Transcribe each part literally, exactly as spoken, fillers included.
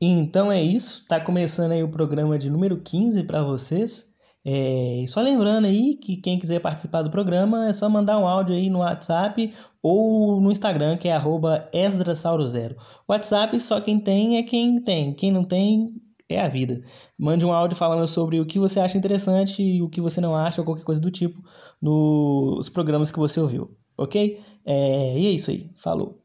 Então é isso, tá começando aí o programa de número quinze para vocês. É, e só lembrando aí que quem quiser participar do programa é só mandar um áudio aí no WhatsApp ou no Instagram, que é arroba esdrasauro zero. WhatsApp só quem tem é quem tem, quem não tem é a vida. Mande um áudio falando sobre o que você acha interessante e o que você não acha, ou qualquer coisa do tipo, nos programas que você ouviu, ok? É, e é isso aí, falou!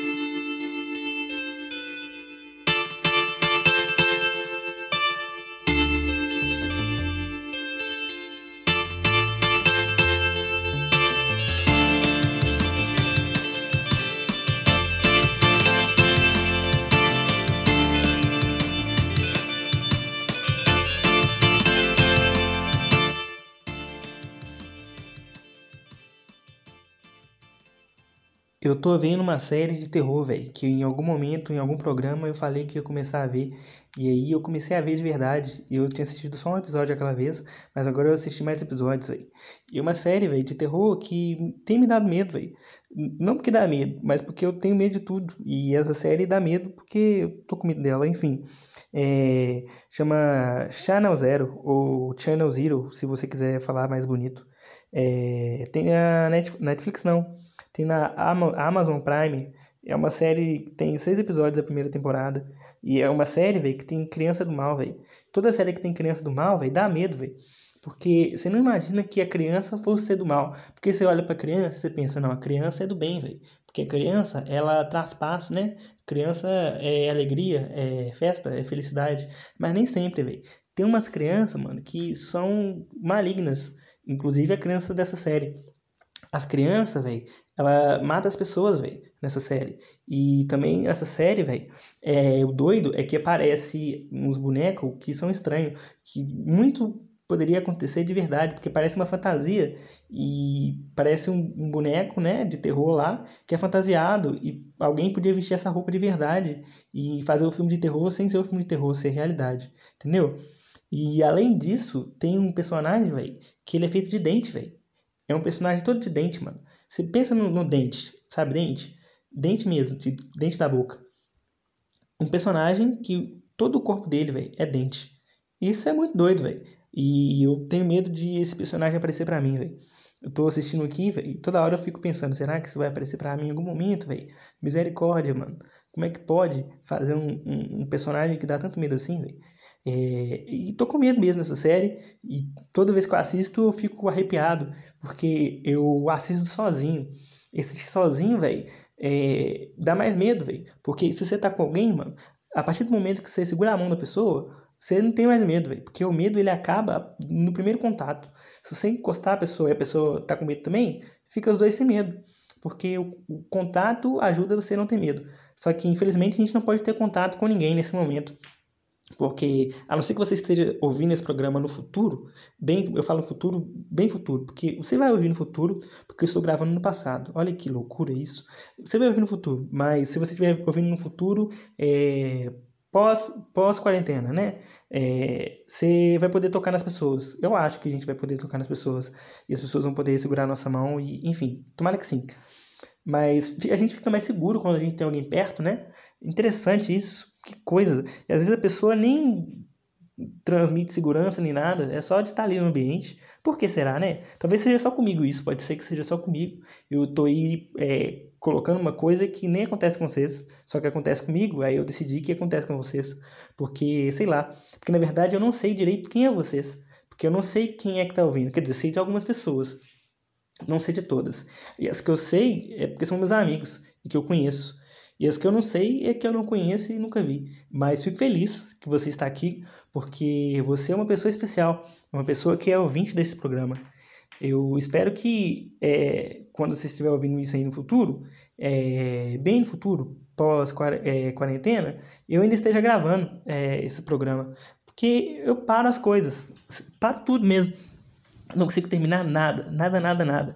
Eu tô vendo uma série de terror, velho, que em algum momento, em algum programa, eu falei que ia começar a ver. E aí eu comecei a ver de verdade. E eu tinha assistido só um episódio aquela vez, mas agora eu assisti mais episódios, velho. E é uma série, velho, de terror que tem me dado medo, velho. Não porque dá medo, mas porque eu tenho medo de tudo. E essa série dá medo porque eu tô com medo dela, enfim. É, chama Channel Zero, ou Channel Zero, se você quiser falar mais bonito. É, tem a Net- Netflix, não. Tem na Ama- Amazon Prime. É uma série que tem seis episódios da primeira temporada. E é uma série, velho, que tem criança do mal, velho. Toda série que tem criança do mal, velho, dá medo, velho. Porque você não imagina que a criança fosse ser do mal. Porque você olha pra criança e você pensa, não, a criança é do bem, velho. Porque a criança, ela traz paz, né? Criança é alegria, é festa, é felicidade. Mas nem sempre, velho. Tem umas crianças, mano, que são malignas. Inclusive a criança dessa série. As crianças, velho, ela mata as pessoas, velho, nessa série. E também essa série, velho, é, o doido é que aparece uns bonecos que são estranhos, que muito poderia acontecer de verdade, porque parece uma fantasia e parece um, um boneco, né, de terror lá, que é fantasiado e alguém podia vestir essa roupa de verdade e fazer o filme de terror sem ser o filme de terror, ser realidade, entendeu? E além disso, tem um personagem, velho, que ele é feito de dente, velho. É um personagem todo de dente, mano. Você pensa no, no dente, sabe dente? Dente mesmo, de, dente da boca. Um personagem que todo o corpo dele, velho, é dente. Isso é muito doido, velho. E eu tenho medo de esse personagem aparecer pra mim, velho. Eu tô assistindo aqui, velho, e toda hora eu fico pensando, será que isso vai aparecer pra mim em algum momento, velho? Misericórdia, mano. Como é que pode fazer um, um, um personagem que dá tanto medo assim, velho? É, e tô com medo mesmo dessa série. E toda vez que eu assisto, eu fico arrepiado. Porque eu assisto sozinho. Assistir sozinho, velho, é, dá mais medo, velho. Porque se você tá com alguém, mano, a partir do momento que você segura a mão da pessoa, você não tem mais medo, velho. Porque o medo, ele acaba no primeiro contato. Se você encostar a pessoa e a pessoa tá com medo também, fica os dois sem medo. Porque o, o contato ajuda você a não ter medo. Só que, infelizmente, a gente não pode ter contato com ninguém nesse momento. Porque, a não ser que você esteja ouvindo esse programa no futuro, bem, eu falo futuro, bem futuro, porque você vai ouvir no futuro, porque eu estou gravando no passado. Olha que loucura isso. Você vai ouvir no futuro, mas se você estiver ouvindo no futuro, é, pós, pós-quarentena, né? É, você vai poder tocar nas pessoas. Eu acho que a gente vai poder tocar nas pessoas, e as pessoas vão poder segurar a nossa mão, e enfim, tomara que sim. Mas a gente fica mais seguro quando a gente tem alguém perto, né? Interessante isso, que coisa. E às vezes a pessoa nem transmite segurança nem nada, é só de estar ali no ambiente. Por que será, né? Talvez seja só comigo isso, pode ser que seja só comigo. Eu tô aí é, colocando uma coisa que nem acontece com vocês, só que acontece comigo, aí eu decidi que acontece com vocês. Porque, sei lá, porque na verdade eu não sei direito quem é vocês. Porque eu não sei quem é que tá ouvindo. Quer dizer, sei de algumas pessoas. Não sei de todas. E as que eu sei é porque são meus amigos e que eu conheço. E as que eu não sei é que eu não conheço e nunca vi. Mas fico feliz que você está aqui, porque você é uma pessoa especial, uma pessoa que é ouvinte desse programa. Eu espero que é, quando você estiver ouvindo isso aí no futuro, é, bem no futuro, pós-quarentena, eu ainda esteja gravando é, esse programa. Porque eu paro as coisas, paro tudo mesmo. Não consigo terminar nada, nada, nada, nada.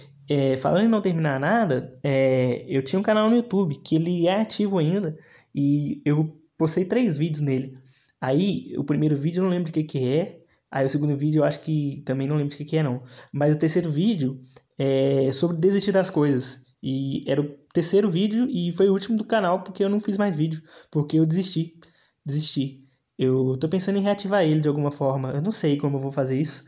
É, falando em não terminar nada, é, eu tinha um canal no YouTube que ele é ativo ainda e eu postei três vídeos nele. Aí, o primeiro vídeo eu não lembro de que que é, aí o segundo vídeo eu acho que também não lembro de que que é não. Mas o terceiro vídeo é sobre desistir das coisas. E era o terceiro vídeo e foi o último do canal porque eu não fiz mais vídeo, porque eu desisti. desisti. Eu tô pensando em reativar ele de alguma forma. Eu não sei como eu vou fazer isso.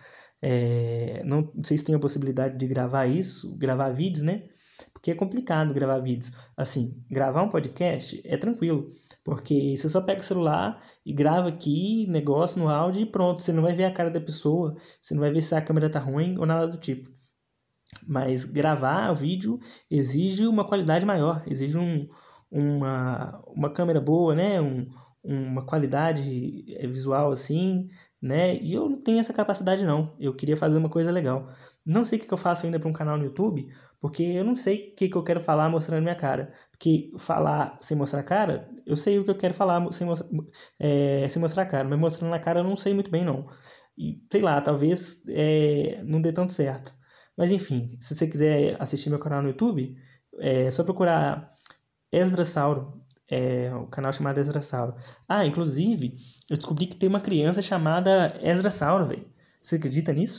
É, não sei se tem a possibilidade de gravar isso, gravar vídeos, né? Porque é complicado gravar vídeos. Assim, gravar um podcast é tranquilo, porque você só pega o celular e grava aqui, negócio no áudio e pronto. Você não vai ver a cara da pessoa, você não vai ver se a câmera tá ruim ou nada do tipo. Mas gravar o vídeo exige uma qualidade maior, exige um, uma, uma câmera boa, né? Um, uma qualidade eh, visual assim, né? E eu não tenho essa capacidade não. Eu queria fazer uma coisa legal. Não sei o que que eu faço ainda para um canal no YouTube, porque eu não sei o que que eu quero falar mostrando minha cara. Porque falar sem mostrar a cara, eu sei o que eu quero falar sem, mostra, é, sem mostrar a cara, mas mostrando a cara eu não sei muito bem não. E sei lá, talvez é, não dê tanto certo. Mas enfim, se você quiser assistir meu canal no YouTube, é só procurar Esdrasauro, é o canal chamado Esdrasauro. Ah, inclusive, eu descobri que tem uma criança chamada Esdrasauro, velho. Você acredita nisso?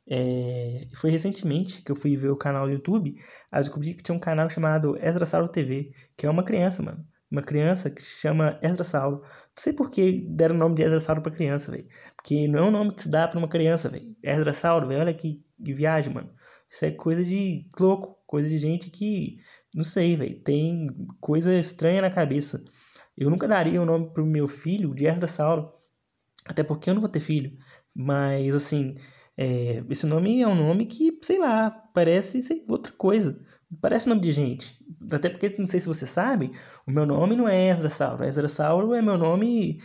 É, foi recentemente que eu fui ver o canal do YouTube, aí eu descobri que tinha um canal chamado Esdrasauro T V, que é uma criança, mano. Uma criança que se chama Esdrasauro. Não sei por que deram o nome de Esdrasauro pra criança, velho. Porque não é um nome que se dá pra uma criança, velho. Esdrasauro, velho. Olha que, que viagem, mano. Isso é coisa de louco, coisa de gente que, não sei, velho, tem coisa estranha na cabeça. Eu nunca daria o nome pro meu filho de Esdrasauro, até porque eu não vou ter filho. Mas, assim, é, esse nome é um nome que, sei lá, parece ser outra coisa. Parece nome de gente. Até porque, não sei se você sabe, o meu nome não é Esdrasauro. Esdrasauro é meu nome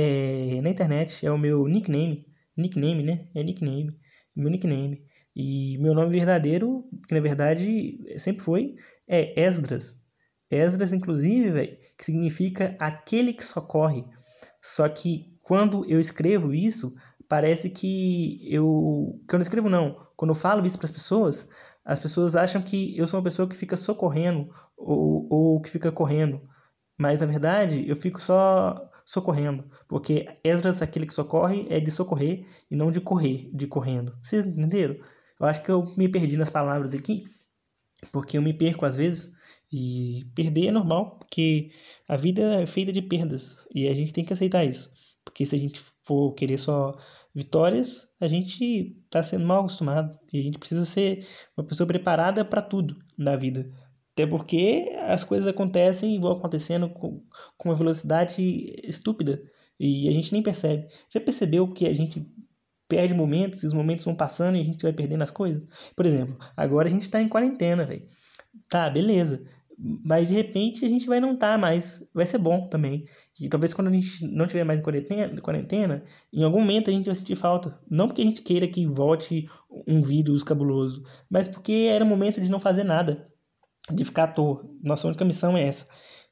é, na internet, é o meu nickname. Nickname, né? É nickname. Meu nickname. E meu nome verdadeiro, que na verdade sempre foi, é Esdras. Esdras, inclusive, velho, que significa aquele que socorre. Só que quando eu escrevo isso, parece que eu. Que eu não escrevo, não. Quando eu falo isso para as pessoas, as pessoas acham que eu sou uma pessoa que fica socorrendo ou, ou que fica correndo. Mas na verdade eu fico só socorrendo. Porque Esdras, aquele que socorre, é de socorrer e não de correr, de correndo. Vocês entenderam? Eu acho que eu me perdi nas palavras aqui, porque eu me perco às vezes. E perder é normal, porque a vida é feita de perdas e a gente tem que aceitar isso. Porque se a gente for querer só vitórias, a gente está sendo mal acostumado e a gente precisa ser uma pessoa preparada para tudo na vida. Até porque as coisas acontecem e vão acontecendo com, com uma velocidade estúpida e a gente nem percebe. Já percebeu que a gente perde momentos e os momentos vão passando e a gente vai perdendo as coisas? Por exemplo, agora a gente tá em quarentena, velho. Tá, beleza. Mas de repente a gente vai não estar tá mais. Vai ser bom também. E talvez quando a gente não tiver mais em quarentena, quarentena, em algum momento a gente vai sentir falta. Não porque a gente queira que volte um vírus cabuloso, mas porque era o momento de não fazer nada, de ficar à toa. Nossa única missão é essa.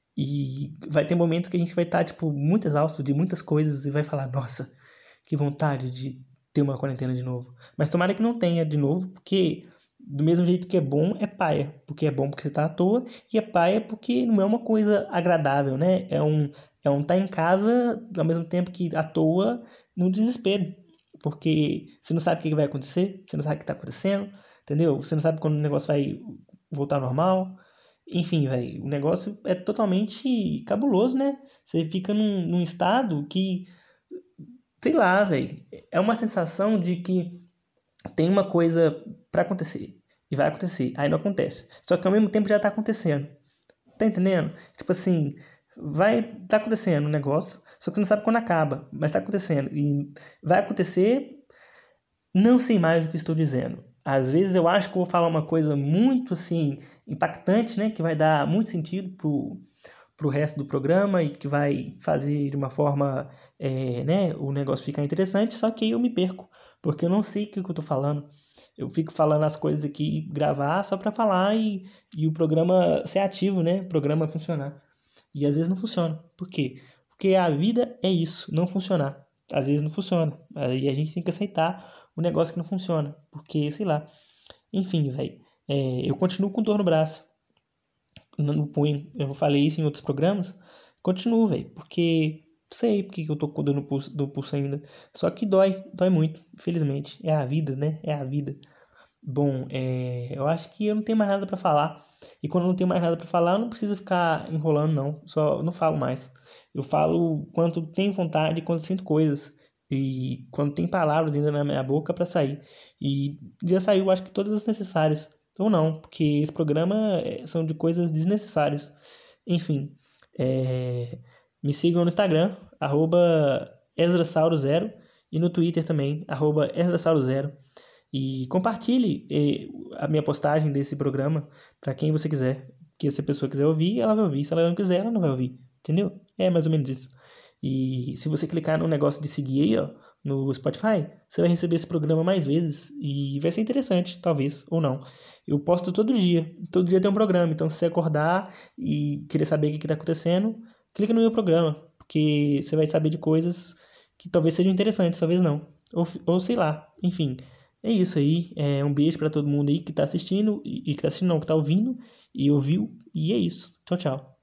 E vai ter momentos que a gente vai estar, tá, tipo, muito exausto de muitas coisas e vai falar, nossa, que vontade de ter uma quarentena de novo. Mas tomara que não tenha de novo, porque do mesmo jeito que é bom, é paia. Porque é bom porque você tá à toa, e é paia porque não é uma coisa agradável, né? É um é um tá em casa, ao mesmo tempo que à toa, no desespero. Porque você não sabe o que vai acontecer, você não sabe o que tá acontecendo, entendeu? Você não sabe quando o negócio vai voltar ao normal. Enfim, velho, o negócio é totalmente cabuloso, né? Você fica num, num estado que, sei lá, velho, é uma sensação de que tem uma coisa pra acontecer e vai acontecer, aí não acontece. Só que ao mesmo tempo já tá acontecendo. Tá entendendo? Tipo assim, vai tá acontecendo um negócio, só que você não sabe quando acaba, mas tá acontecendo e vai acontecer, não sei mais o que estou dizendo. Às vezes eu acho que eu vou falar uma coisa muito assim impactante, né, que vai dar muito sentido pro pro resto do programa e que vai fazer de uma forma, é, né, o negócio ficar interessante, só que aí eu me perco, porque eu não sei o que eu tô falando. Eu fico falando as coisas aqui, gravar só para falar e, e o programa ser ativo, né? O programa funcionar. E às vezes não funciona. Por quê? Porque a vida é isso, não funcionar. Às vezes não funciona. Aí a gente tem que aceitar o negócio que não funciona. Porque, sei lá. Enfim, velho. É, eu continuo com dor no braço, no punho. Eu falei isso em outros programas. Continuo, velho. Porque sei porque que eu tô com dor no pulso, do pulso ainda. Só que dói, dói muito, infelizmente. É a vida, né? É a vida. Bom, é, eu acho que eu não tenho mais nada pra falar. E quando eu não tenho mais nada pra falar, eu não preciso ficar enrolando, não. Só não falo mais. Eu falo quando tenho vontade, quando sinto coisas. E quando tem palavras ainda na minha boca pra sair. E já saiu, acho que todas as necessárias. Ou não, porque esse programa é, são de coisas desnecessárias. Enfim, é, me sigam no Instagram, arroba Ezrasauro zero, e no Twitter também, arroba Ezrasauro zero. E compartilhe eh, a minha postagem desse programa para quem você quiser. Que se a pessoa quiser ouvir, ela vai ouvir. Se ela não quiser, ela não vai ouvir. Entendeu? É mais ou menos isso. E se você clicar no negócio de seguir aí, ó, no Spotify, você vai receber esse programa mais vezes e vai ser interessante, talvez, ou não. Eu posto todo dia. Todo dia tem um programa. Então, se você acordar e querer saber o que está acontecendo, clica no meu programa. Porque você vai saber de coisas que talvez sejam interessantes, talvez não. Ou, ou sei lá. Enfim. É isso aí. É um beijo pra todo mundo aí que tá assistindo e e que tá assistindo, não, que tá ouvindo e ouviu. E é isso. Tchau, tchau.